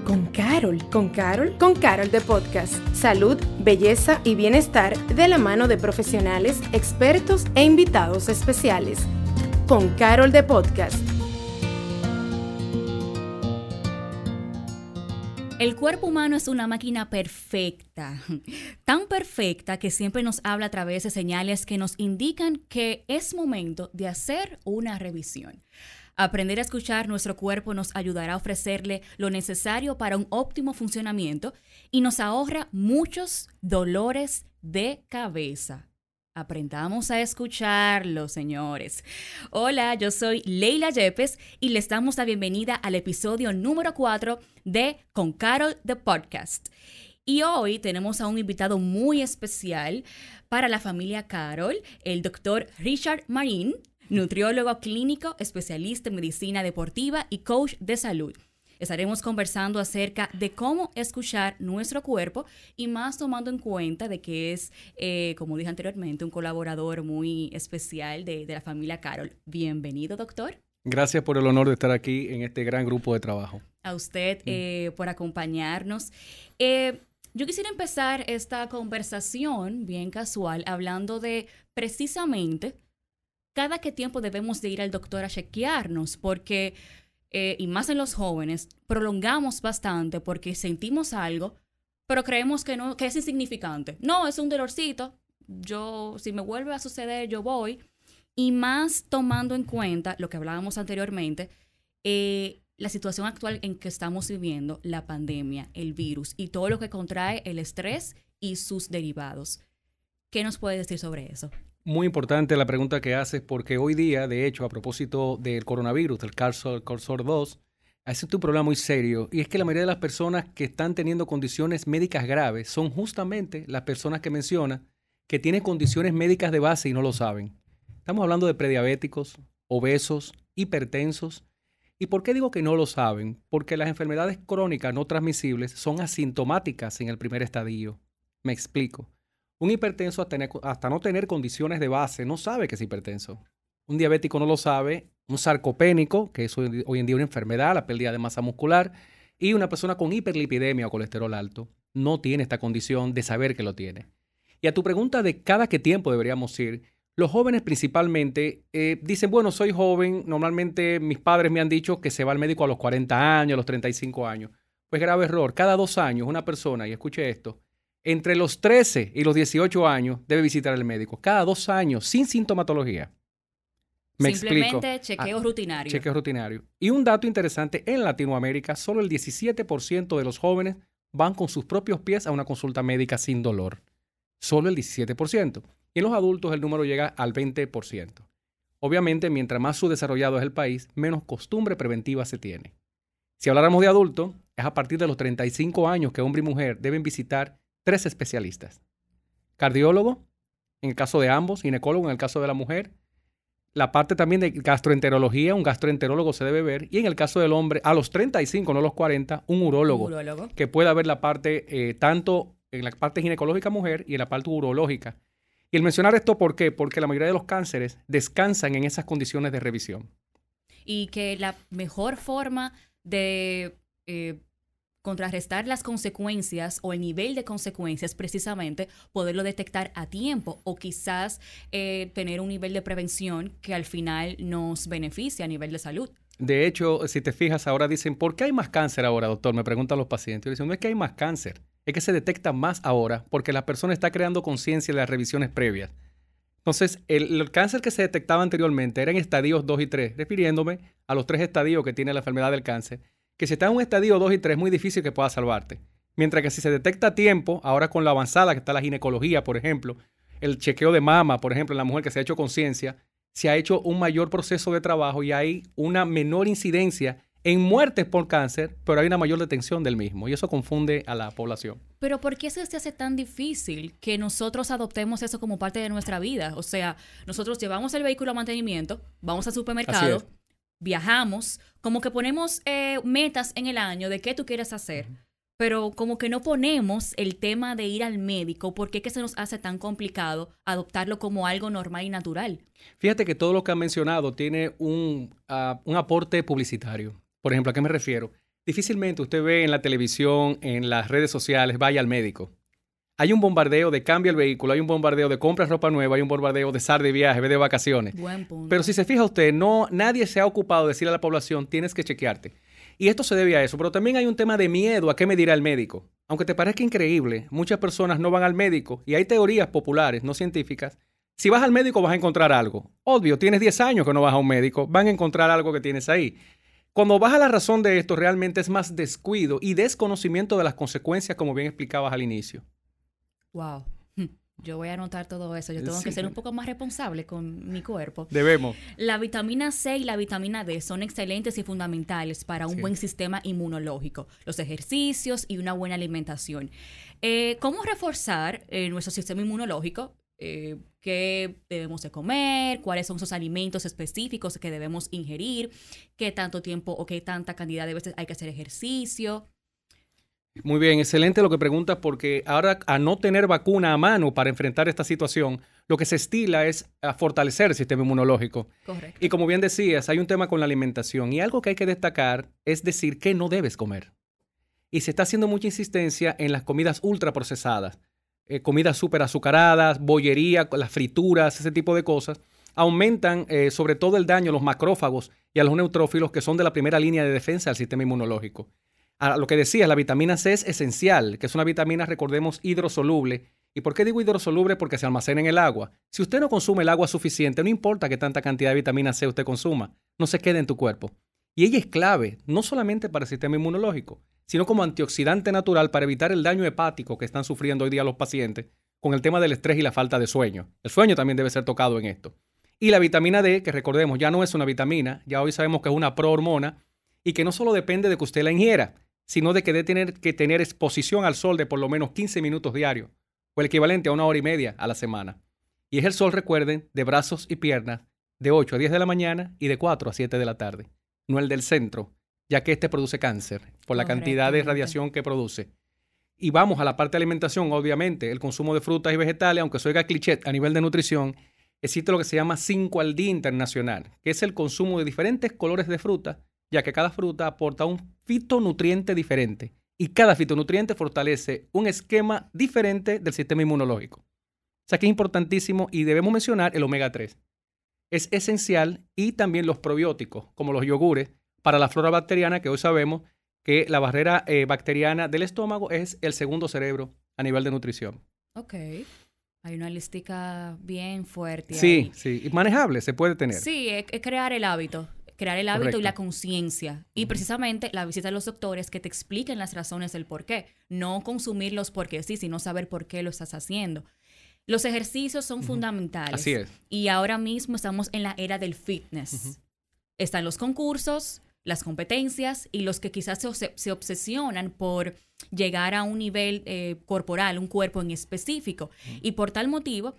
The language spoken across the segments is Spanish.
Con Carol de Podcast. Salud, belleza y bienestar de la mano de profesionales, expertos e invitados especiales. Con Carol de Podcast. El cuerpo humano es una máquina perfecta, tan perfecta que siempre nos habla a través de señales que nos indican que es momento de hacer una revisión. Aprender a escuchar nuestro cuerpo nos ayudará a ofrecerle lo necesario para un óptimo funcionamiento y nos ahorra muchos dolores de cabeza. Aprendamos a escucharlo, señores. Hola, yo soy Leila Yepes y les damos la bienvenida al episodio número 4 de Con Carol de Podcast. Y hoy tenemos a un invitado muy especial para la familia Carol, el doctor Richard Marín, nutriólogo clínico, especialista en medicina deportiva y coach de salud. Estaremos conversando acerca de cómo escuchar nuestro cuerpo y más tomando en cuenta de que es, como dije anteriormente, un colaborador muy especial de la familia Carol. Bienvenido, doctor. Gracias por el honor de estar aquí en este gran grupo de trabajo. A usted por acompañarnos. Yo quisiera empezar esta conversación bien casual hablando de precisamente cada qué tiempo debemos de ir al doctor a chequearnos, porque, y más en los jóvenes, prolongamos bastante porque sentimos algo, pero creemos que no, que es insignificante. No, es un dolorcito, si me vuelve a suceder, yo voy. Y más tomando en cuenta lo que hablábamos anteriormente, la situación actual en que estamos viviendo, la pandemia, el virus y todo lo que contrae el estrés y sus derivados. ¿Qué nos puede decir sobre eso? Muy importante la pregunta que haces porque hoy día, de hecho, a propósito del coronavirus, del SARS-CoV-2, es un problema muy serio y es que la mayoría de las personas que están teniendo condiciones médicas graves son justamente las personas que menciona que tienen condiciones médicas de base y no lo saben. Estamos hablando de prediabéticos, obesos, hipertensos. ¿Y por qué digo que no lo saben? Porque las enfermedades crónicas no transmisibles son asintomáticas en el primer estadio. Me explico. Un hipertenso hasta no tener condiciones de base no sabe que es hipertenso. Un diabético no lo sabe. Un sarcopénico, que es hoy en día una enfermedad, la pérdida de masa muscular, y una persona con hiperlipidemia o colesterol alto no tiene esta condición de saber que lo tiene. Y a tu pregunta de cada qué tiempo deberíamos ir, los jóvenes principalmente dicen, bueno, soy joven, normalmente mis padres me han dicho que se va al médico a los 40 años, a los 35 años. Pues grave error, cada 2 años una persona, y escuche esto, entre los 13 y los 18 años debe visitar al médico. Cada 2 años, sin sintomatología. Simplemente chequeo rutinario. Chequeo rutinario. Y un dato interesante, en Latinoamérica, solo el 17% de los jóvenes van con sus propios pies a una consulta médica sin dolor. Solo el 17%. Y en los adultos el número llega al 20%. Obviamente, mientras más subdesarrollado es el país, menos costumbre preventiva se tiene. Si habláramos de adultos, es a partir de los 35 años que hombre y mujer deben visitar 3 especialistas. Cardiólogo, en el caso de ambos, ginecólogo en el caso de la mujer. La parte también de gastroenterología, un gastroenterólogo se debe ver. Y en el caso del hombre, a los 35, no a los 40, un urólogo. Que pueda ver la parte, tanto en la parte ginecológica mujer y en la parte urológica. Y el mencionar esto, ¿por qué? Porque la mayoría de los cánceres descansan en esas condiciones de revisión. Y que la mejor forma de contrarrestar las consecuencias o el nivel de consecuencias precisamente poderlo detectar a tiempo o quizás tener un nivel de prevención que al final nos beneficie a nivel de salud. De hecho, si te fijas, ahora dicen, ¿por qué hay más cáncer ahora, doctor? Me preguntan los pacientes. Yo dicen, no es que hay más cáncer, es que se detecta más ahora porque la persona está creando conciencia de las revisiones previas. Entonces, el cáncer que se detectaba anteriormente era en estadios 2 y 3, refiriéndome a los 3 estadios que tiene la enfermedad del cáncer, que si está en un estadio 2 y 3 es muy difícil que pueda salvarte. Mientras que si se detecta a tiempo, ahora con la avanzada que está la ginecología, por ejemplo, el chequeo de mama, por ejemplo, en la mujer que se ha hecho conciencia, se ha hecho un mayor proceso de trabajo y hay una menor incidencia en muertes por cáncer, pero hay una mayor detención del mismo y eso confunde a la población. Pero ¿por qué se hace tan difícil que nosotros adoptemos eso como parte de nuestra vida? O sea, nosotros llevamos el vehículo a mantenimiento, vamos al supermercado, viajamos, como que ponemos metas en el año de qué tú quieres hacer, pero como que no ponemos el tema de ir al médico. ¿Por qué que se nos hace tan complicado adoptarlo como algo normal y natural? Fíjate que todo lo que han mencionado tiene un aporte publicitario. Por ejemplo, ¿a qué me refiero? Difícilmente usted ve en la televisión, en las redes sociales, vaya al médico. Hay un bombardeo de cambia el vehículo, hay un bombardeo de compra ropa nueva, hay un bombardeo de sal de viaje, ve de vacaciones. Buen punto. Pero si se fija usted, nadie se ha ocupado de decirle a la población, tienes que chequearte. Y esto se debe a eso, pero también hay un tema de miedo a qué me dirá el médico. Aunque te parezca increíble, muchas personas no van al médico y hay teorías populares, no científicas. Si vas al médico vas a encontrar algo. Obvio, tienes 10 años que no vas a un médico, van a encontrar algo que tienes ahí. Cuando vas a la razón de esto, realmente es más descuido y desconocimiento de las consecuencias, como bien explicabas al inicio. Wow. Yo voy a anotar todo eso. Yo tengo que ser un poco más responsable con mi cuerpo. Debemos. La vitamina C y la vitamina D son excelentes y fundamentales para un buen sistema inmunológico. Los ejercicios y una buena alimentación. ¿Cómo reforzar nuestro sistema inmunológico? ¿Qué debemos de comer? ¿Cuáles son esos alimentos específicos que debemos ingerir? ¿Qué tanto tiempo o qué tanta cantidad de veces hay que hacer ejercicio? Muy bien, excelente lo que preguntas, porque ahora, a no tener vacuna a mano para enfrentar esta situación, lo que se estila es a fortalecer el sistema inmunológico. Correcto. Y como bien decías, hay un tema con la alimentación y algo que hay que destacar es decir qué no debes comer. Y se está haciendo mucha insistencia en las comidas ultraprocesadas, comidas súper azucaradas, bollería, las frituras, ese tipo de cosas. Aumentan sobre todo el daño a los macrófagos y a los neutrófilos, que son de la primera línea de defensa del sistema inmunológico. A lo que decías, la vitamina C es esencial, que es una vitamina, recordemos, hidrosoluble. ¿Y por qué digo hidrosoluble? Porque se almacena en el agua. Si usted no consume el agua suficiente, no importa qué tanta cantidad de vitamina C usted consuma, no se queda en tu cuerpo. Y ella es clave, no solamente para el sistema inmunológico, sino como antioxidante natural para evitar el daño hepático que están sufriendo hoy día los pacientes con el tema del estrés y la falta de sueño. El sueño también debe ser tocado en esto. Y la vitamina D, que recordemos, ya no es una vitamina, ya hoy sabemos que es una prohormona y que no solo depende de que usted la ingiera, sino de que debe tener exposición al sol de por lo menos 15 minutos diarios, o el equivalente a 1 hora y media a la semana. Y es el sol, recuerden, de brazos y piernas, de 8 a 10 de la mañana y de 4 a 7 de la tarde, no el del centro, ya que este produce cáncer por la cantidad de radiación que produce. Y vamos a la parte de alimentación, obviamente, el consumo de frutas y vegetales, aunque se oiga cliché a nivel de nutrición, existe lo que se llama 5 al día internacional, que es el consumo de diferentes colores de fruta, ya que cada fruta aporta un fitonutriente diferente y cada fitonutriente fortalece un esquema diferente del sistema inmunológico. O sea que es importantísimo y debemos mencionar el omega 3. Es esencial, y también los probióticos, como los yogures, para la flora bacteriana, que hoy sabemos que la barrera bacteriana del estómago es el segundo cerebro a nivel de nutrición. Ok. Hay una listica bien fuerte ahí. Sí, sí. Y manejable, se puede tener. Sí, es crear el hábito. Crear el hábito Correcto. y la conciencia. Y precisamente la visita a los doctores que te expliquen las razones del por qué. No consumirlos porque sí, sino saber por qué lo estás haciendo. Los ejercicios son fundamentales. Así es. Y ahora mismo estamos en la era del fitness. Están los concursos, las competencias y los que quizás se obsesionan por llegar a un nivel corporal, un cuerpo en específico. Y por tal motivo,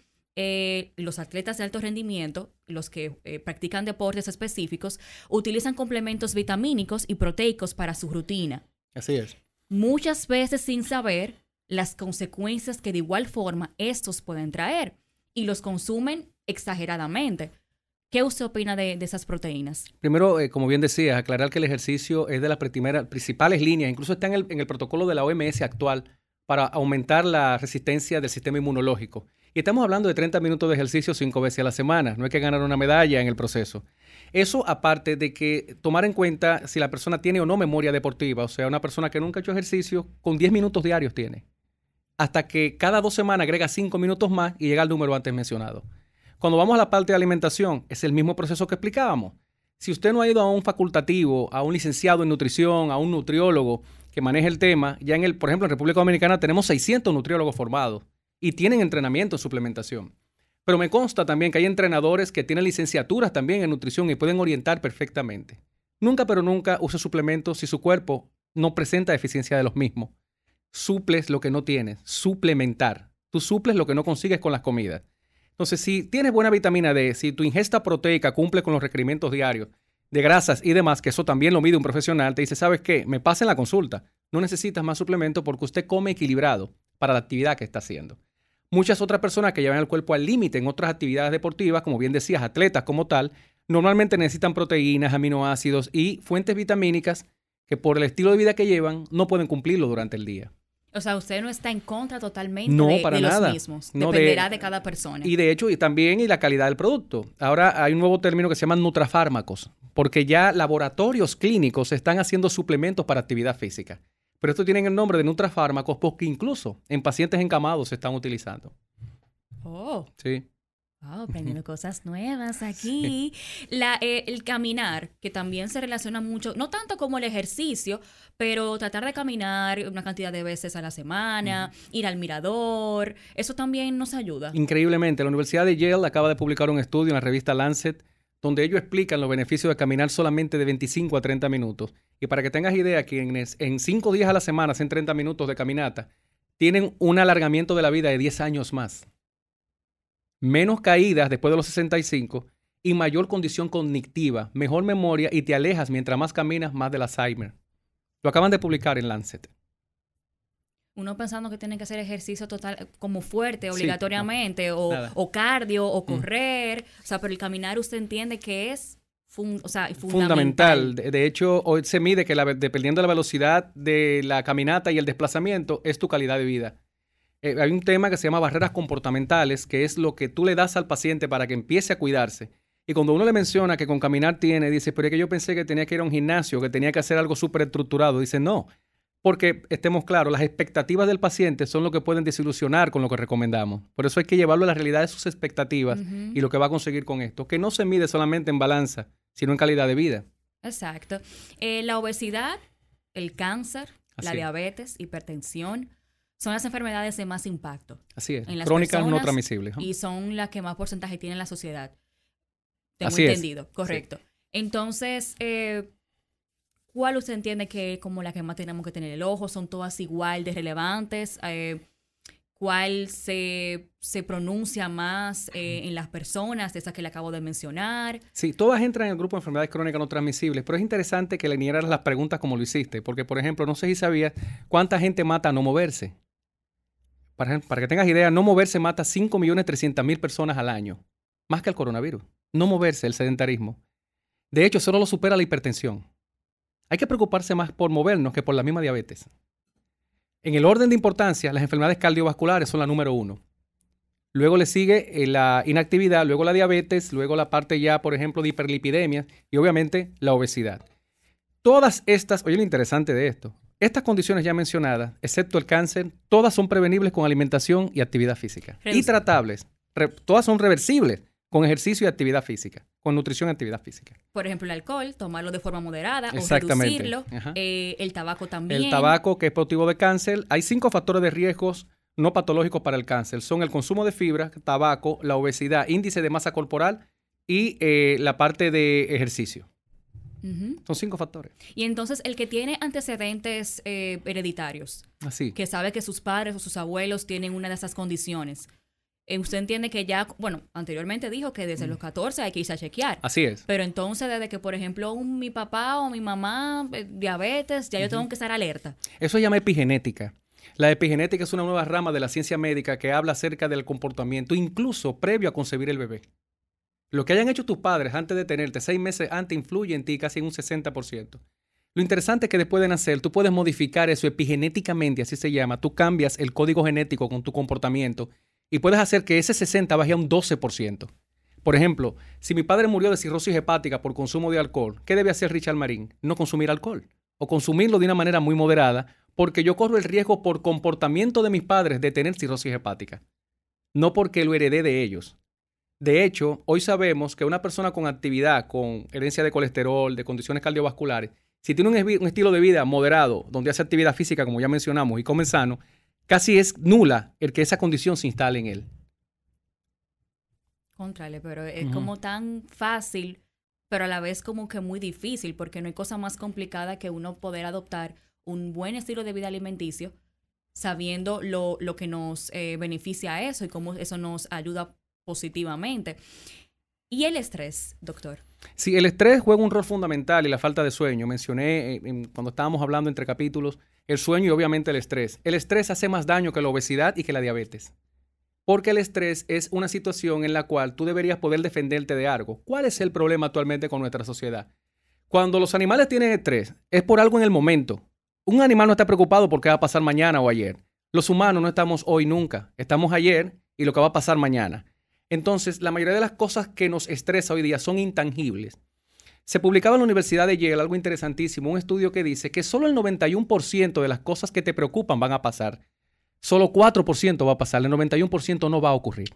los atletas de alto rendimiento, los que practican deportes específicos, utilizan complementos vitamínicos y proteicos para su rutina. Así es. Muchas veces sin saber las consecuencias que de igual forma estos pueden traer, y los consumen exageradamente. ¿Qué usted opina de esas proteínas? Primero, como bien decías, aclarar que el ejercicio es de las principales líneas, incluso está en el protocolo de la OMS actual, para aumentar la resistencia del sistema inmunológico. Y estamos hablando de 30 minutos de ejercicio 5 veces a la semana. No hay que ganar una medalla en el proceso. Eso aparte de que tomar en cuenta si la persona tiene o no memoria deportiva. O sea, una persona que nunca ha hecho ejercicio, con 10 minutos diarios tiene. Hasta que cada 2 semanas agrega 5 minutos más y llega al número antes mencionado. Cuando vamos a la parte de alimentación, es el mismo proceso que explicábamos. Si usted no ha ido a un facultativo, a un licenciado en nutrición, a un nutriólogo que maneje el tema, ya por ejemplo, en República Dominicana tenemos 600 nutriólogos formados y tienen entrenamiento en suplementación. Pero me consta también que hay entrenadores que tienen licenciaturas también en nutrición y pueden orientar perfectamente. Nunca, pero nunca use suplementos si su cuerpo no presenta deficiencia de los mismos. Suples lo que no tienes, suplementar. Tú suples lo que no consigues con las comidas. Entonces, si tienes buena vitamina D, si tu ingesta proteica cumple con los requerimientos diarios de grasas y demás, que eso también lo mide un profesional, te dice, ¿sabes qué? Me pasa en la consulta. No necesitas más suplemento porque usted come equilibrado para la actividad que está haciendo. Muchas otras personas que llevan el cuerpo al límite en otras actividades deportivas, como bien decías, atletas como tal, normalmente necesitan proteínas, aminoácidos y fuentes vitamínicas que por el estilo de vida que llevan no pueden cumplirlo durante el día. O sea, usted no está en contra totalmente No, de para los nada. mismos. No, Dependerá de cada persona. Y de hecho, y también y la calidad del producto. Ahora hay un nuevo término que se llama nutrafármacos, porque ya laboratorios clínicos están haciendo suplementos para actividad física. Pero estos tienen el nombre de nutrafármacos porque incluso en pacientes encamados se están utilizando. Oh. Sí. Wow, aprendiendo cosas nuevas aquí. El caminar, que también se relaciona mucho, no tanto como el ejercicio, pero tratar de caminar una cantidad de veces a la semana, ir al mirador, eso también nos ayuda. Increíblemente, la Universidad de Yale acaba de publicar un estudio en la revista Lancet donde ellos explican los beneficios de caminar solamente de 25 a 30 minutos. Y para que tengas idea, quienes en 5 días a la semana hacen 30 minutos de caminata, tienen un alargamiento de la vida de 10 años más. Menos caídas después de los 65 y mayor condición cognitiva, mejor memoria y te alejas mientras más caminas, más del Alzheimer. Lo acaban de publicar en Lancet. Uno pensando que tiene que hacer ejercicio total, como fuerte, Sí, obligatoriamente, nada. o cardio, o correr. O sea, pero el caminar usted entiende que es fundamental. Fundamental. De hecho, hoy se mide que dependiendo de la velocidad de la caminata y el desplazamiento, es tu calidad de vida. Hay un tema que se llama barreras comportamentales, que es lo que tú le das al paciente para que empiece a cuidarse. Y cuando uno le menciona que con caminar dice, pero es que yo pensé que tenía que ir a un gimnasio, que tenía que hacer algo súper estructurado. Dice, no, porque estemos claros, las expectativas del paciente son lo que pueden desilusionar con lo que recomendamos. Por eso hay que llevarlo a la realidad de sus expectativas y lo que va a conseguir con esto, que no se mide solamente en balanza, sino en calidad de vida. Exacto. La obesidad, el cáncer, la Así es. diabetes, hipertensión, son las enfermedades de más impacto. Así es, En las crónicas no personas transmisibles. y son las que más porcentaje tiene en la sociedad. Tengo Así es. entendido, correcto. Sí. Entonces, ¿cuál usted entiende que es como la que más tenemos que tener el ojo? ¿Son todas igual de relevantes? ¿Cuál se pronuncia más en las personas de esas que le acabo de mencionar? Sí, todas entran en el grupo de enfermedades crónicas no transmisibles, pero es interesante que le nieras las preguntas como lo hiciste, porque, por ejemplo, no sé si sabías cuánta gente mata a no moverse. Para que tengas idea, no moverse mata 5.300.000 personas al año, más que el coronavirus. No moverse, el sedentarismo. De hecho, solo lo supera la hipertensión. Hay que preocuparse más por movernos que por la misma diabetes. En el orden de importancia, las enfermedades cardiovasculares son la número 1. Luego le sigue la inactividad, luego la diabetes, luego la parte ya, por ejemplo, de hiperlipidemia y obviamente la obesidad. Todas estas, oye lo interesante de esto, estas condiciones ya mencionadas, excepto el cáncer, todas son prevenibles con alimentación y actividad física. Y tratables. Todas son reversibles con ejercicio y actividad física, con nutrición y actividad física. Por ejemplo, el alcohol, tomarlo de forma moderada o Exactamente. reducirlo. El tabaco también. El tabaco, que es motivo de cáncer. Hay 5 factores de riesgos no patológicos para el cáncer. Son el consumo de fibra, tabaco, la obesidad, índice de masa corporal y la parte de ejercicio. Son 5 factores. Y entonces el que tiene antecedentes hereditarios, Así. que sabe que sus padres o sus abuelos tienen una de esas condiciones, usted entiende que ya, bueno, anteriormente dijo que desde los 14 hay que irse a chequear. Así es. Pero entonces desde que, por ejemplo, mi papá o mi mamá, diabetes, ya yo tengo que estar alerta. Eso se llama epigenética. La epigenética es una nueva rama de la ciencia médica que habla acerca del comportamiento, incluso previo a concebir el bebé. Lo que hayan hecho tus padres antes de tenerte, 6 meses antes, influye en ti casi en un 60%. Lo interesante es que después de nacer, tú puedes modificar eso epigenéticamente, así se llama. Tú cambias el código genético con tu comportamiento y puedes hacer que ese 60 baje a un 12%. Por ejemplo, si mi padre murió de cirrosis hepática por consumo de alcohol, ¿qué debe hacer Richard Marín? No consumir alcohol o consumirlo de una manera muy moderada, porque yo corro el riesgo por comportamiento de mis padres de tener cirrosis hepática, no porque lo heredé de ellos. De hecho, hoy sabemos que una persona con actividad, con herencia de colesterol, de condiciones cardiovasculares, si tiene un estilo de vida moderado, donde hace actividad física, como ya mencionamos, y come sano, casi es nula el que esa condición se instale en él. Contrale, pero es como tan fácil, pero a la vez como que muy difícil, porque no hay cosa más complicada que uno poder adoptar un buen estilo de vida alimenticio, sabiendo lo que nos beneficia a eso y cómo eso nos ayuda positivamente. ¿Y el estrés, doctor? Sí, el estrés juega un rol fundamental y la falta de sueño. Mencioné cuando estábamos hablando entre capítulos el sueño y obviamente el estrés. El estrés hace más daño que la obesidad y que la diabetes. Porque el estrés es una situación en la cual tú deberías poder defenderte de algo. ¿Cuál es el problema actualmente con nuestra sociedad? Cuando los animales tienen estrés, es por algo en el momento. Un animal no está preocupado por qué va a pasar mañana o ayer. Los humanos no estamos hoy nunca. Estamos ayer y lo que va a pasar mañana. Entonces, la mayoría de las cosas que nos estresa hoy día son intangibles. Se publicaba en la Universidad de Yale algo interesantísimo, un estudio que dice que solo el 91% de las cosas que te preocupan van a pasar. Solo 4% va a pasar, el 91% no va a ocurrir.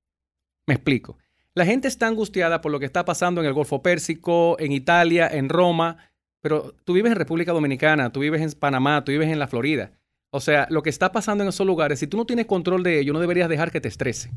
Me explico. La gente está angustiada por lo que está pasando en el Golfo Pérsico, en Italia, en Roma, pero tú vives en República Dominicana, tú vives en Panamá, tú vives en la Florida. O sea, lo que está pasando en esos lugares, si tú no tienes control de ello, no deberías dejar que te estrese.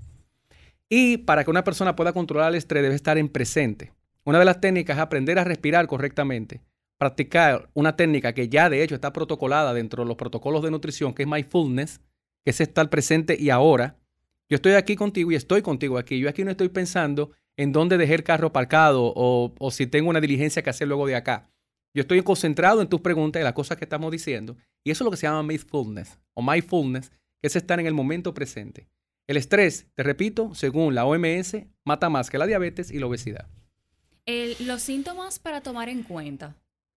Y para que una persona pueda controlar el estrés, debe estar en presente. Una de las técnicas es aprender a respirar correctamente, practicar una técnica que ya de hecho está protocolada dentro de los protocolos de nutrición, que es mindfulness, que es estar presente y ahora. Yo estoy aquí contigo y estoy contigo aquí. Yo aquí no estoy pensando en dónde dejé el carro aparcado o si tengo una diligencia que hacer luego de acá. Yo estoy concentrado en tus preguntas y las cosas que estamos diciendo. Y eso es lo que se llama mindfulness, que es estar en el momento presente. El estrés, te repito, según la OMS, mata más que la diabetes y la obesidad. Los síntomas para tomar en cuenta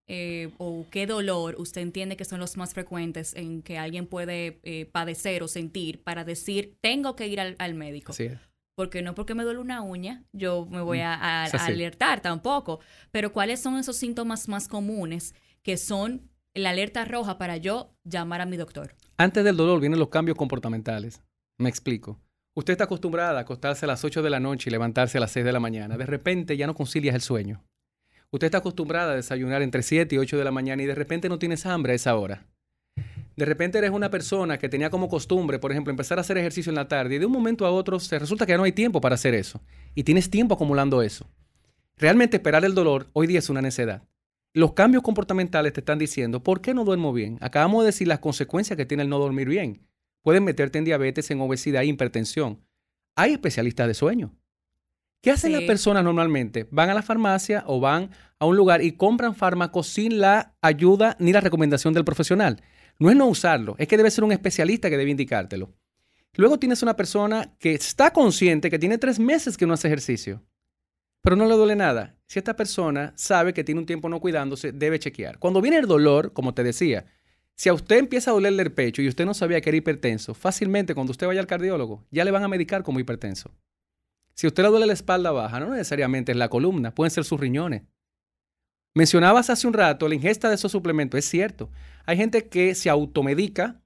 o qué dolor usted entiende que son los más frecuentes en que alguien puede padecer o sentir para decir, tengo que ir al médico. Así es. Porque no porque me duele una uña, yo me voy a alertar tampoco. Pero ¿cuáles son esos síntomas más comunes que son la alerta roja para yo llamar a mi doctor? Antes del dolor vienen los cambios comportamentales. Me explico. Usted está acostumbrada a acostarse a las 8 de la noche y levantarse a las 6 de la mañana. De repente ya no concilias el sueño. Usted está acostumbrada a desayunar entre 7 y 8 de la mañana y de repente no tienes hambre a esa hora. De repente eres una persona que tenía como costumbre, por ejemplo, empezar a hacer ejercicio en la tarde y de un momento a otro resulta que ya no hay tiempo para hacer eso. Y tienes tiempo acumulando eso. Realmente esperar el dolor hoy día es una necedad. Los cambios comportamentales te están diciendo, ¿por qué no duermo bien? Acabamos de decir las consecuencias que tiene el no dormir bien. Pueden meterte en diabetes, en obesidad e hipertensión. Hay especialistas de sueño. ¿Qué hacen las personas normalmente? Van a la farmacia o van a un lugar y compran fármacos sin la ayuda ni la recomendación del profesional. No es no usarlo, es que debe ser un especialista que debe indicártelo. Luego tienes una persona que está consciente que tiene 3 meses que no hace ejercicio, pero no le duele nada. Si esta persona sabe que tiene un tiempo no cuidándose, debe chequear. Cuando viene el dolor, como te decía, si a usted empieza a dolerle el pecho y usted no sabía que era hipertenso, fácilmente cuando usted vaya al cardiólogo, ya le van a medicar como hipertenso. Si a usted le duele la espalda baja, no necesariamente es la columna, pueden ser sus riñones. Mencionabas hace un rato la ingesta de esos suplementos, es cierto. Hay gente que se automedica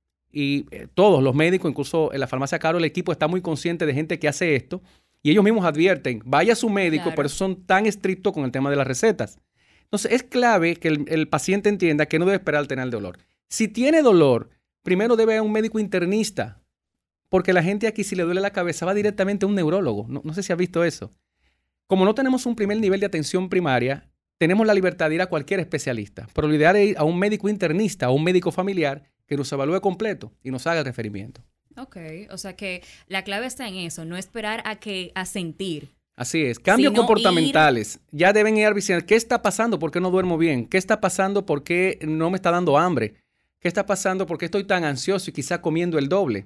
y todos los médicos, incluso en la farmacia Caro, el equipo está muy consciente de gente que hace esto y ellos mismos advierten, vaya a su médico, claro. Por eso son tan estrictos con el tema de las recetas. Entonces, es clave que el paciente entienda que no debe esperar al tener el dolor. Si tiene dolor, primero debe ir a un médico internista, porque la gente aquí, si le duele la cabeza, va directamente a un neurólogo. No sé si has visto eso. Como no tenemos un primer nivel de atención primaria, tenemos la libertad de ir a cualquier especialista, pero lo ideal es ir a un médico internista o un médico familiar que nos evalúe completo y nos haga el referimiento. Ok, o sea que la clave está en eso, no esperar a sentir. Así es, cambios comportamentales. Ya deben ir a visitar, ¿qué está pasando? ¿Por qué no duermo bien? ¿Qué está pasando? ¿Por qué no me está dando hambre? ¿Qué está pasando? ¿Por qué estoy tan ansioso y quizá comiendo el doble?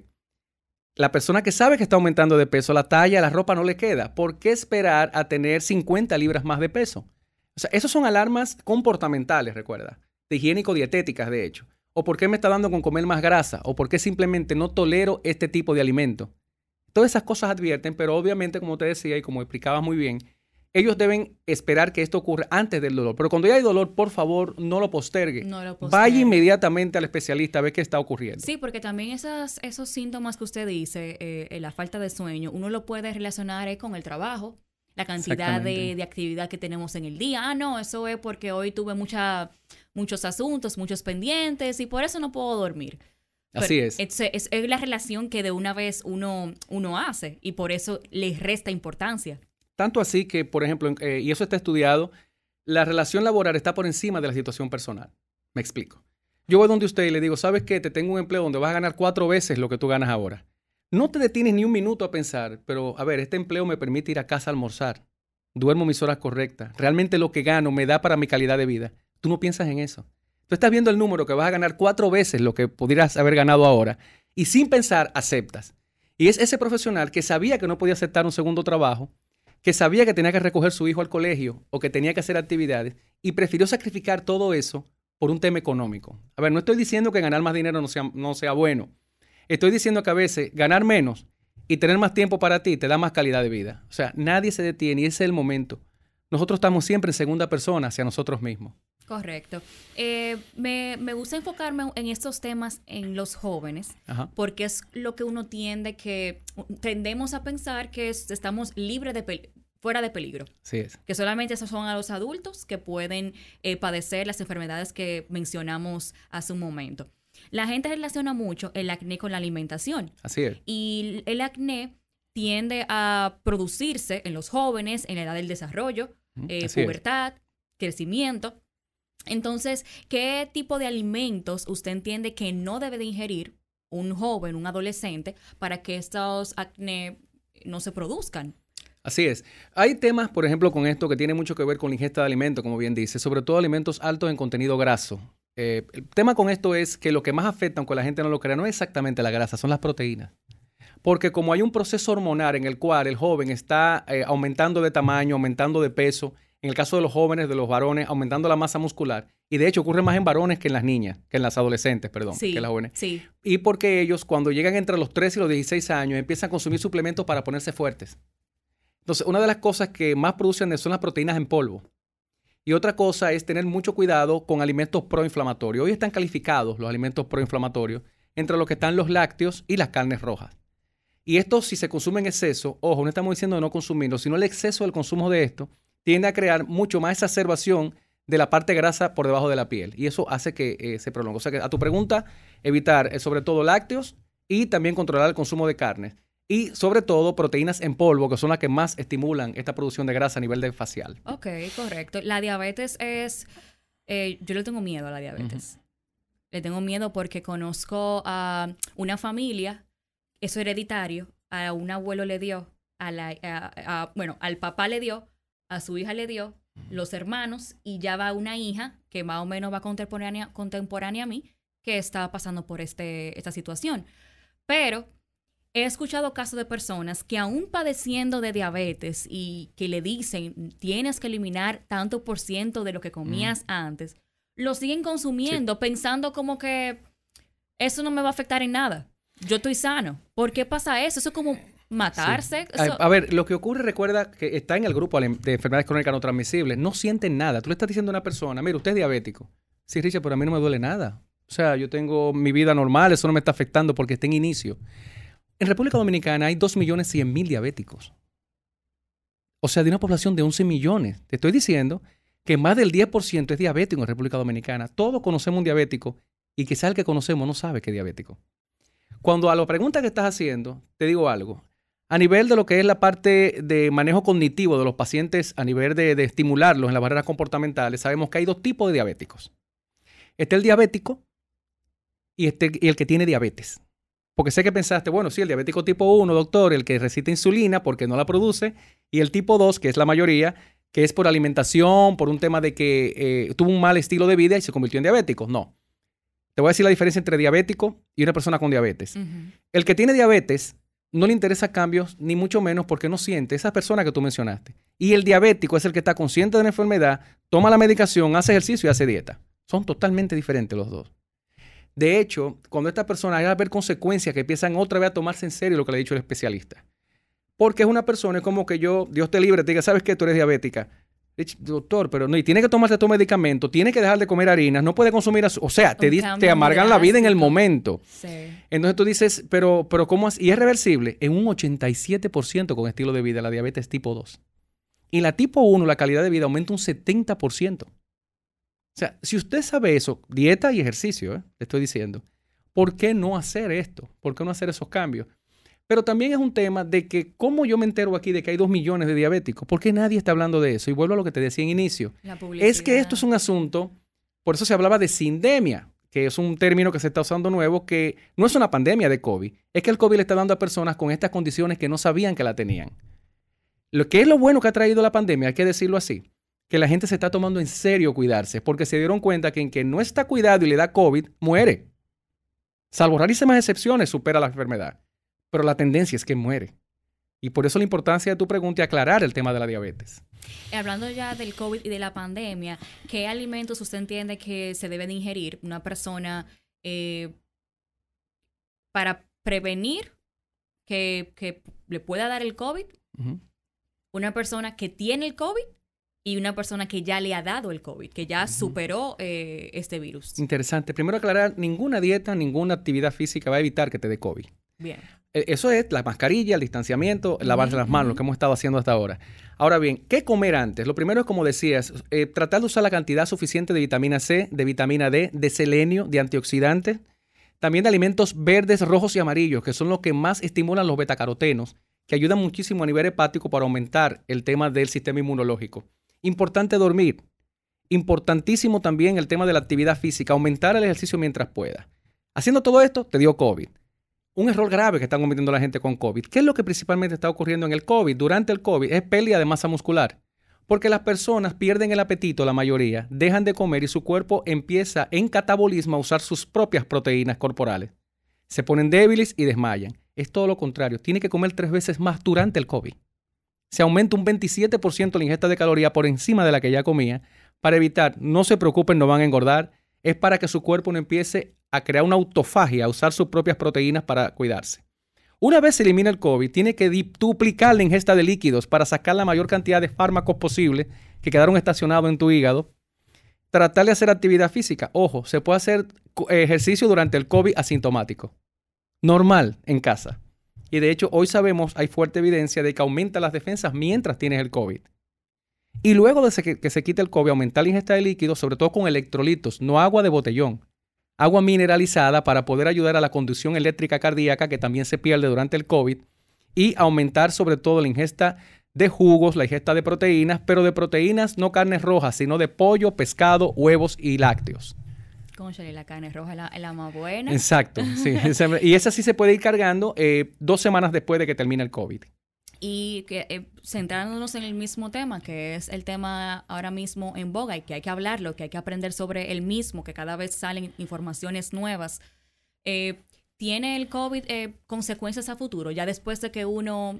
La persona que sabe que está aumentando de peso, la talla, la ropa no le queda. ¿Por qué esperar a tener 50 libras más de peso? O sea, esos son alarmas comportamentales, recuerda, de higiénico-dietéticas, de hecho. O por qué me está dando con comer más grasa, o por qué simplemente no tolero este tipo de alimento. Todas esas cosas advierten, pero obviamente, como te decía y como explicabas muy bien, ellos deben esperar que esto ocurra antes del dolor. Pero cuando ya hay dolor, por favor, no lo postergue. No lo postergue. Vaya inmediatamente al especialista a ver qué está ocurriendo. Sí, porque también esos síntomas que usted dice, la falta de sueño, uno lo puede relacionar con el trabajo. La cantidad de actividad que tenemos en el día. Ah, no, eso es porque hoy tuve muchos asuntos, muchos pendientes y por eso no puedo dormir. Así es la relación que de una vez uno hace y por eso le resta importancia. Tanto así que, por ejemplo, y eso está estudiado, la relación laboral está por encima de la situación personal. Me explico. Yo voy donde usted y le digo, ¿sabes qué? Te tengo un empleo donde vas a ganar 4 veces lo que tú ganas ahora. No te detienes ni un minuto a pensar, pero a ver, este empleo me permite ir a casa a almorzar. Duermo mis horas correctas. Realmente lo que gano me da para mi calidad de vida. Tú no piensas en eso. Tú estás viendo el número que vas a ganar 4 veces lo que pudieras haber ganado ahora y sin pensar aceptas. Y es ese profesional que sabía que no podía aceptar un segundo trabajo, que sabía que tenía que recoger su hijo al colegio o que tenía que hacer actividades y prefirió sacrificar todo eso por un tema económico. A ver, no estoy diciendo que ganar más dinero no sea bueno. Estoy diciendo que a veces ganar menos y tener más tiempo para ti te da más calidad de vida. O sea, nadie se detiene y ese es el momento. Nosotros estamos siempre en segunda persona hacia nosotros mismos. Correcto. Me gusta enfocarme en estos temas en los jóvenes, porque es lo que uno tendemos a pensar que estamos libres fuera de peligro. Sí es. Que solamente esos son a los adultos que pueden padecer las enfermedades que mencionamos hace un momento. La gente relaciona mucho el acné con la alimentación. Así es. Y el acné tiende a producirse en los jóvenes, en la edad del desarrollo, pubertad, crecimiento. Entonces, ¿qué tipo de alimentos usted entiende que no debe de ingerir un joven, un adolescente, para que estos acné no se produzcan? Así es. Hay temas, por ejemplo, con esto que tiene mucho que ver con la ingesta de alimentos, como bien dice, sobre todo alimentos altos en contenido graso. El tema con esto es que lo que más afecta, aunque la gente no lo crea, no es exactamente la grasa, son las proteínas. Porque como hay un proceso hormonal en el cual el joven está aumentando de tamaño, aumentando de peso, en el caso de los jóvenes, de los varones, aumentando la masa muscular. Y de hecho ocurre más en varones que en las niñas, que en las adolescentes, perdón, que en las jóvenes. Sí. Y porque ellos, cuando llegan entre los 13 y los 16 años, empiezan a consumir suplementos para ponerse fuertes. Entonces, una de las cosas que más producen son las proteínas en polvo. Y otra cosa es tener mucho cuidado con alimentos proinflamatorios. Hoy están calificados los alimentos proinflamatorios entre los que están los lácteos y las carnes rojas. Y esto, si se consume en exceso, ojo, no estamos diciendo de no consumirlo, sino el exceso del consumo de esto tiende a crear mucho más exacerbación de la parte grasa por debajo de la piel. Y eso hace que se prolongue. O sea que a tu pregunta, evitar sobre todo lácteos y también controlar el consumo de carnes. Y sobre todo proteínas en polvo, que son las que más estimulan esta producción de grasa a nivel de facial. Ok, correcto. La diabetes es... yo le tengo miedo a la diabetes. Le tengo miedo porque conozco a una familia, eso hereditario, a un abuelo le dio, al papá le dio, a su hija le dio, los hermanos, y ya va una hija que más o menos va contemporánea a mí, que está pasando por esta situación. Pero he escuchado casos de personas que aún padeciendo de diabetes y que le dicen tienes que eliminar tanto por ciento de lo que comías antes, lo siguen consumiendo pensando como que eso no me va a afectar en nada. Yo estoy sano. ¿Por qué pasa eso? Eso es como matarse. Sí. A ver, lo que ocurre, recuerda que está en el grupo de enfermedades crónicas no transmisibles. No sienten nada. Tú le estás diciendo a una persona, mira, usted es diabético. Sí, Richard, pero a mí no me duele nada. O sea, yo tengo mi vida normal, eso no me está afectando porque está en inicio. En República Dominicana hay 2.100.000 diabéticos. O sea, de una población de 11 millones. Te estoy diciendo que más del 10% es diabético en República Dominicana. Todos conocemos un diabético y quizá el que conocemos no sabe que es diabético. Cuando a la pregunta que estás haciendo, te digo algo. A nivel de lo que es la parte de manejo cognitivo de los pacientes, a nivel de estimularlos en las barreras comportamentales, sabemos que hay dos tipos de diabéticos. Está el diabético y el que tiene diabetes. Porque sé que pensaste, bueno, sí, el diabético tipo 1, doctor, el que recita insulina porque no la produce, y el tipo 2, que es la mayoría, que es por alimentación, por un tema de que tuvo un mal estilo de vida y se convirtió en diabético. No. Te voy a decir la diferencia entre diabético y una persona con diabetes. El que tiene diabetes no le interesa cambios, ni mucho menos porque no siente esa persona que tú mencionaste. Y el diabético es el que está consciente de la enfermedad, toma la medicación, hace ejercicio y hace dieta. Son totalmente diferentes los dos. De hecho, cuando esta persona va a ver consecuencias que empiezan otra vez a tomarse en serio lo que le ha dicho el especialista. Porque es una persona, es como que Dios te libre, te diga, ¿sabes qué? Tú eres diabética. Doctor, pero no, y tiene que tomarse tu medicamento, tiene que dejar de comer harinas, no puede consumir azúcar. O sea, te amargan la vida en el momento. Sí. Entonces tú dices, pero ¿cómo es? Y es reversible en un 87% con estilo de vida la diabetes tipo 2. Y la tipo 1, la calidad de vida aumenta un 70%. O sea, si usted sabe eso, dieta y ejercicio, le estoy diciendo, ¿por qué no hacer esto? ¿Por qué no hacer esos cambios? Pero también es un tema de que, ¿cómo yo me entero aquí de que hay 2 millones de diabéticos? ¿Por qué nadie está hablando de eso? Y vuelvo a lo que te decía en inicio. Es que esto es un asunto, por eso se hablaba de sindemia, que es un término que se está usando nuevo, que no es una pandemia de COVID. Es que el COVID le está dando a personas con estas condiciones que no sabían que la tenían. Lo que es lo bueno que ha traído la pandemia, hay que decirlo así, que la gente se está tomando en serio cuidarse, porque se dieron cuenta que en que no está cuidado y le da COVID, muere. Salvo rarísimas excepciones, supera la enfermedad. Pero la tendencia es que muere. Y por eso la importancia de tu pregunta y aclarar el tema de la diabetes. Hablando ya del COVID y de la pandemia, ¿qué alimentos usted entiende que se debe de ingerir una persona para prevenir que le pueda dar el COVID? Uh-huh. Una persona que tiene el COVID y una persona que ya le ha dado el COVID, que ya superó este virus. Interesante. Primero aclarar, ninguna dieta, ninguna actividad física va a evitar que te dé COVID. Bien. Eso es la mascarilla, el distanciamiento, lavarse las manos, lo que hemos estado haciendo hasta ahora. Ahora bien, ¿qué comer antes? Lo primero es, como decías, tratar de usar la cantidad suficiente de vitamina C, de vitamina D, de selenio, de antioxidantes, también de alimentos verdes, rojos y amarillos, que son los que más estimulan los betacarotenos, que ayudan muchísimo a nivel hepático para aumentar el tema del sistema inmunológico. Importante dormir. Importantísimo también el tema de la actividad física, aumentar el ejercicio mientras pueda. Haciendo todo esto, te dio COVID. Un error grave que están cometiendo la gente con COVID. ¿Qué es lo que principalmente está ocurriendo en el COVID? Durante el COVID es pérdida de masa muscular. Porque las personas pierden el apetito, la mayoría, dejan de comer y su cuerpo empieza en catabolismo a usar sus propias proteínas corporales. Se ponen débiles y desmayan. Es todo lo contrario. Tiene que comer 3 veces más durante el COVID. Se aumenta un 27% la ingesta de calorías por encima de la que ya comía para evitar, no se preocupen, no van a engordar. Es para que su cuerpo no empiece a crear una autofagia, a usar sus propias proteínas para cuidarse. Una vez se elimina el COVID, tiene que duplicar la ingesta de líquidos para sacar la mayor cantidad de fármacos posible que quedaron estacionados en tu hígado. Tratar de hacer actividad física. Ojo, se puede hacer ejercicio durante el COVID asintomático. Normal, en casa. Y de hecho, hoy sabemos, hay fuerte evidencia de que aumenta las defensas mientras tienes el COVID. Y luego de que se quite el COVID, aumentar la ingesta de líquidos, sobre todo con electrolitos, no agua de botellón. Agua mineralizada para poder ayudar a la conducción eléctrica cardíaca que también se pierde durante el COVID y aumentar sobre todo la ingesta de jugos, la ingesta de proteínas, pero de proteínas no carnes rojas, sino de pollo, pescado, huevos y lácteos. Cónchale, la carne roja es la más buena. Exacto, sí. Y esa sí se puede ir cargando 2 semanas después de que termine el COVID. Y que centrándonos en el mismo tema, que es el tema ahora mismo en boga y que hay que hablarlo, que hay que aprender sobre el mismo, que cada vez salen informaciones nuevas. ¿Tiene el COVID consecuencias a futuro, ya después de que uno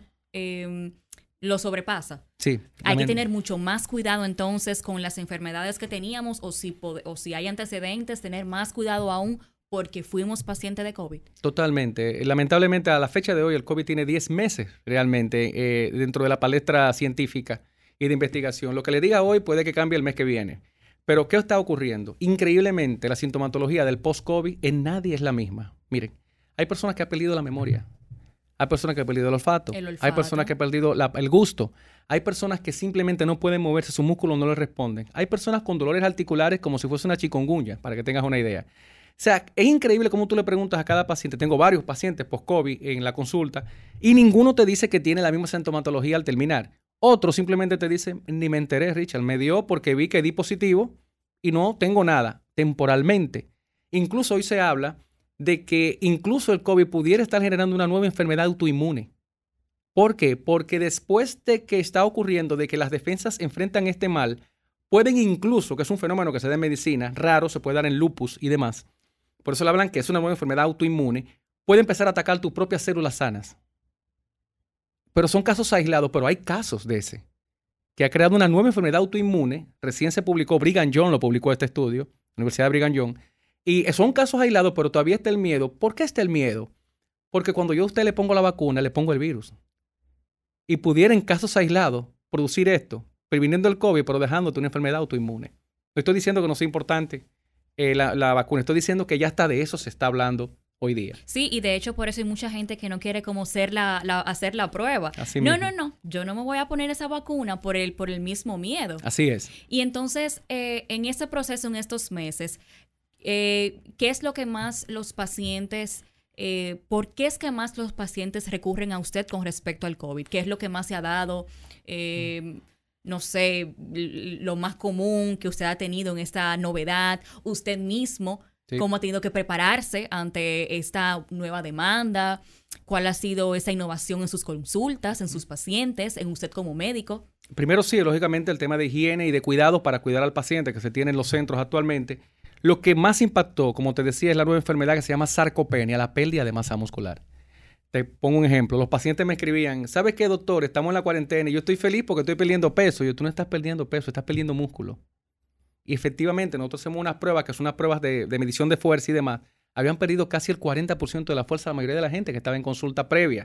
lo sobrepasa? Sí. Hay que tener mucho más cuidado entonces con las enfermedades que teníamos o si hay antecedentes, tener más cuidado aún porque fuimos pacientes de COVID. Totalmente. Lamentablemente, a la fecha de hoy, el COVID tiene 10 meses realmente dentro de la palestra científica y de investigación. Lo que le diga hoy puede que cambie el mes que viene. Pero, ¿qué está ocurriendo? Increíblemente, la sintomatología del post-COVID en nadie es la misma. Miren, hay personas que han perdido la memoria. Hay personas que han perdido el olfato. Hay personas que han perdido el gusto. Hay personas que simplemente no pueden moverse, sus músculos no les responden. Hay personas con dolores articulares como si fuese una chikungunya, para que tengas una idea. O sea, es increíble cómo tú le preguntas a cada paciente. Tengo varios pacientes post-COVID en la consulta y ninguno te dice que tiene la misma sintomatología al terminar. Otros simplemente te dicen, ni me enteré, Richard, me dio porque vi que di positivo y no tengo nada temporalmente. Incluso hoy se habla de que incluso el COVID pudiera estar generando una nueva enfermedad autoinmune. ¿Por qué? Porque después de que está ocurriendo, de que las defensas enfrentan este mal, pueden incluso, que es un fenómeno que se da en medicina, raro, se puede dar en lupus y demás. Por eso le hablan que es una nueva enfermedad autoinmune. Puede empezar a atacar tus propias células sanas. Pero son casos aislados, pero hay casos de ese. Que ha creado una nueva enfermedad autoinmune. Recién se publicó, Brigham Young lo publicó este estudio, Universidad de Brigham Young. Y son casos aislados, pero todavía está el miedo. ¿Por qué está el miedo? Porque cuando yo a usted le pongo la vacuna, le pongo el virus. Y pudiera en casos aislados producir esto, previniendo el COVID, pero dejándote una enfermedad autoinmune. No estoy diciendo que no sea importante la vacuna. Estoy diciendo que ya está de eso se está hablando hoy día. Sí, y de hecho por eso hay mucha gente que no quiere como hacer la prueba. Así no, mismo. no, yo no me voy a poner esa vacuna por el mismo miedo. Así es. Y entonces, en este proceso, en estos meses, ¿qué es lo que más los pacientes... ¿por qué es que más los pacientes recurren a usted con respecto al COVID? ¿Qué es lo que más se ha dado? No sé, lo más común que usted ha tenido en esta novedad, usted mismo, sí. ¿Cómo ha tenido que prepararse ante esta nueva demanda? ¿Cuál ha sido esa innovación en sus consultas, en sus pacientes, en usted como médico? Primero sí, lógicamente el tema de higiene y de cuidado para cuidar al paciente que se tiene en los centros actualmente. Lo que más impactó, como te decía, es la nueva enfermedad que se llama sarcopenia, la pérdida de masa muscular. Te pongo un ejemplo. Los pacientes me escribían, ¿sabes qué, doctor? Estamos en la cuarentena y yo estoy feliz porque estoy perdiendo peso. Tú no estás perdiendo peso, estás perdiendo músculo. Y efectivamente, nosotros hacemos unas pruebas que son unas pruebas de medición de fuerza y demás. Habían perdido casi el 40% de la fuerza la mayoría de la gente que estaba en consulta previa.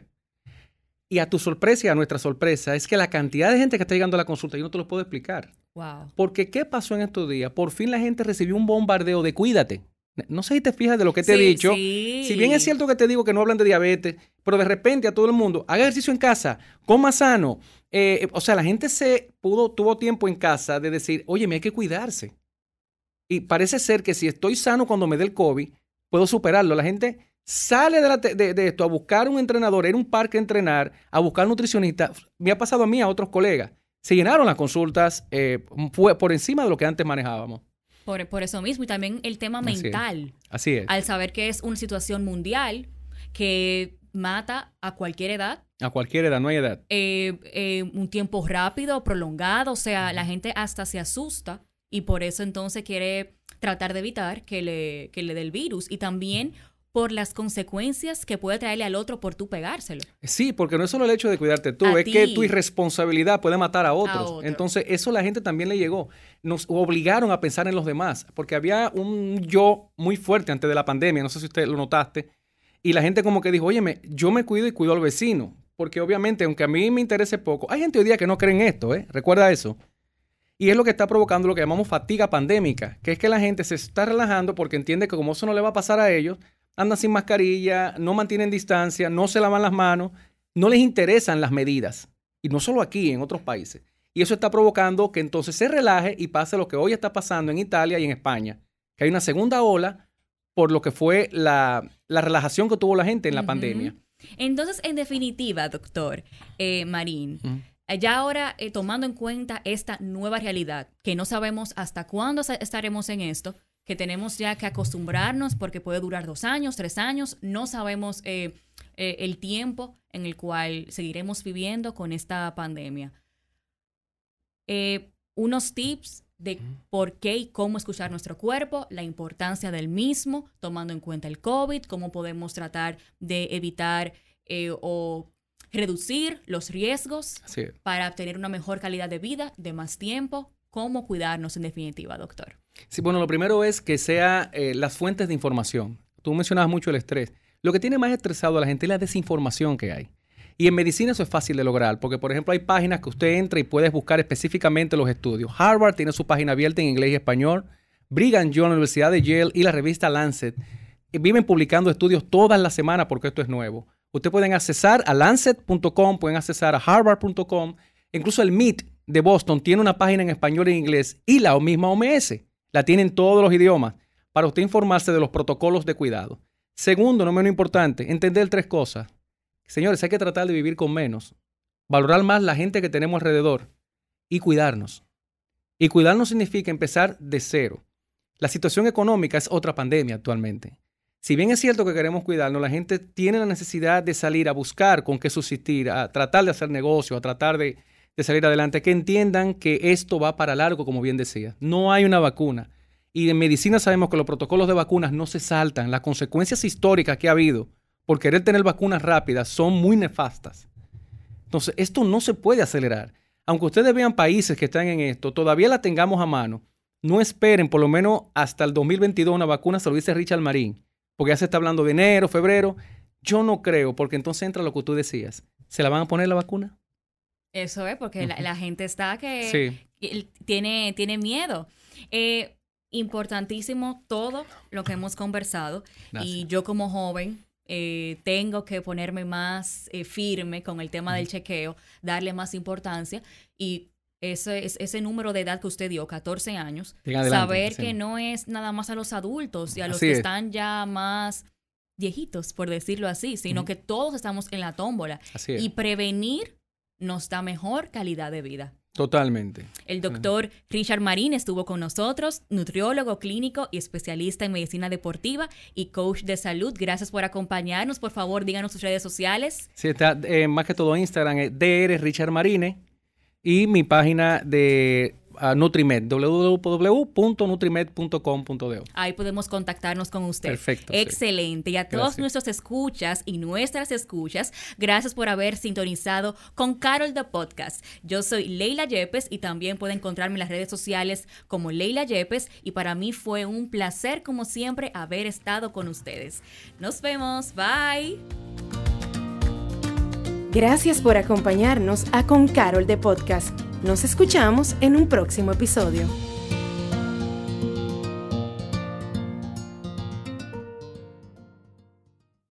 Y a tu sorpresa y a nuestra sorpresa es que la cantidad de gente que está llegando a la consulta, yo no te lo puedo explicar. Wow. Porque, ¿qué pasó en estos días? Por fin la gente recibió un bombardeo de cuídate. No sé si te fijas de lo que te he dicho. Sí. Si bien es cierto que te digo que no hablan de diabetes, pero de repente a todo el mundo, haga ejercicio en casa, coma sano. O sea, la gente tuvo tiempo en casa de decir, oye, me hay que cuidarse. Y parece ser que si estoy sano cuando me dé el COVID, puedo superarlo. La gente sale de esto a buscar un entrenador, ir a un parque a entrenar, a buscar un nutricionista. Me ha pasado a mí, a otros colegas. Se llenaron las consultas por encima de lo que antes manejábamos. Por eso mismo, y también el tema mental. Así es. Al saber que es una situación mundial que mata a cualquier edad. A cualquier edad, no hay edad. Un tiempo rápido, prolongado, o sea, la gente hasta se asusta y por eso entonces quiere tratar de evitar que le dé el virus. Y también por las consecuencias que puede traerle al otro por tú pegárselo. Sí, porque no es solo el hecho de cuidarte tú, es que tu irresponsabilidad puede matar a otros. Entonces, eso a la gente también le llegó. Nos obligaron a pensar en los demás, porque había un yo muy fuerte antes de la pandemia, no sé si usted lo notaste, y la gente como que dijo, óyeme, yo me cuido y cuido al vecino, porque obviamente, aunque a mí me interese poco, hay gente hoy día que no cree en esto, recuerda eso. Y es lo que está provocando lo que llamamos fatiga pandémica, que es que la gente se está relajando porque entiende que como eso no le va a pasar a ellos, andan sin mascarilla, no mantienen distancia, no se lavan las manos, no les interesan las medidas. Y no solo aquí, en otros países. Y eso está provocando que entonces se relaje y pase lo que hoy está pasando en Italia y en España. Que hay una segunda ola por lo que fue la relajación que tuvo la gente en la pandemia. Entonces, en definitiva, doctor Marín, ya ahora tomando en cuenta esta nueva realidad, que no sabemos hasta cuándo estaremos en esto, que tenemos ya que acostumbrarnos porque puede durar 2 años, 3 años, no sabemos el tiempo en el cual seguiremos viviendo con esta pandemia. Unos tips de por qué y cómo escuchar nuestro cuerpo, la importancia del mismo, tomando en cuenta el COVID, cómo podemos tratar de evitar o reducir los riesgos para obtener una mejor calidad de vida, de más tiempo, cómo cuidarnos en definitiva, doctor. Sí, bueno, lo primero es que sea las fuentes de información. Tú mencionabas mucho el estrés. Lo que tiene más estresado a la gente es la desinformación que hay. Y en medicina eso es fácil de lograr, porque por ejemplo hay páginas que usted entra y puedes buscar específicamente los estudios. Harvard tiene su página abierta en inglés y español. Brigham Young, la Universidad de Yale y la revista Lancet viven publicando estudios todas las semanas porque esto es nuevo. Ustedes pueden accesar a lancet.com, pueden accesar a harvard.com. Incluso el MIT de Boston tiene una página en español y en inglés y la misma OMS. La tienen todos los idiomas para usted informarse de los protocolos de cuidado. Segundo, no menos importante, entender 3 cosas. Señores, hay que tratar de vivir con menos, valorar más la gente que tenemos alrededor y cuidarnos. Y cuidarnos significa empezar de cero. La situación económica es otra pandemia actualmente. Si bien es cierto que queremos cuidarnos, la gente tiene la necesidad de salir a buscar con qué subsistir, a tratar de hacer negocio, a tratar de salir adelante, que entiendan que esto va para largo, como bien decía. No hay una vacuna. Y en medicina sabemos que los protocolos de vacunas no se saltan. Las consecuencias históricas que ha habido por querer tener vacunas rápidas son muy nefastas. Entonces, esto no se puede acelerar. Aunque ustedes vean países que están en esto, todavía la tengamos a mano. No esperen por lo menos hasta el 2022 una vacuna, se lo dice Richard Marín, porque ya se está hablando de enero, febrero. Yo no creo, porque entonces entra lo que tú decías. ¿Se la van a poner la vacuna? Eso es, porque la gente está que tiene miedo. Importantísimo todo lo que hemos conversado. Gracias. Y yo como joven tengo que ponerme más firme con el tema del chequeo, darle más importancia y ese número de edad que usted dio, 14 años, saber que no es nada más a los adultos y a los que están ya más viejitos, por decirlo así, sino que todos estamos en la tómbola. Y prevenir nos da mejor calidad de vida. Totalmente. El doctor Richard Marín estuvo con nosotros, nutriólogo clínico y especialista en medicina deportiva y coach de salud. Gracias por acompañarnos. Por favor, díganos sus redes sociales. Sí, está más que todo Instagram, es Dr. Richard Marine. Y mi página de Nutrimed, www.nutrimed.com.do. Ahí podemos contactarnos con usted. Perfecto. Excelente. Sí. Y a todos nuestros escuchas y nuestras escuchas, gracias por haber sintonizado con Carol the Podcast. Yo soy Leila Yepes y también pueden encontrarme en las redes sociales como Leila Yepes, y para mí fue un placer, como siempre, haber estado con ustedes. Nos vemos. Bye. Gracias por acompañarnos a Con Carol the Podcast. Nos escuchamos en un próximo episodio.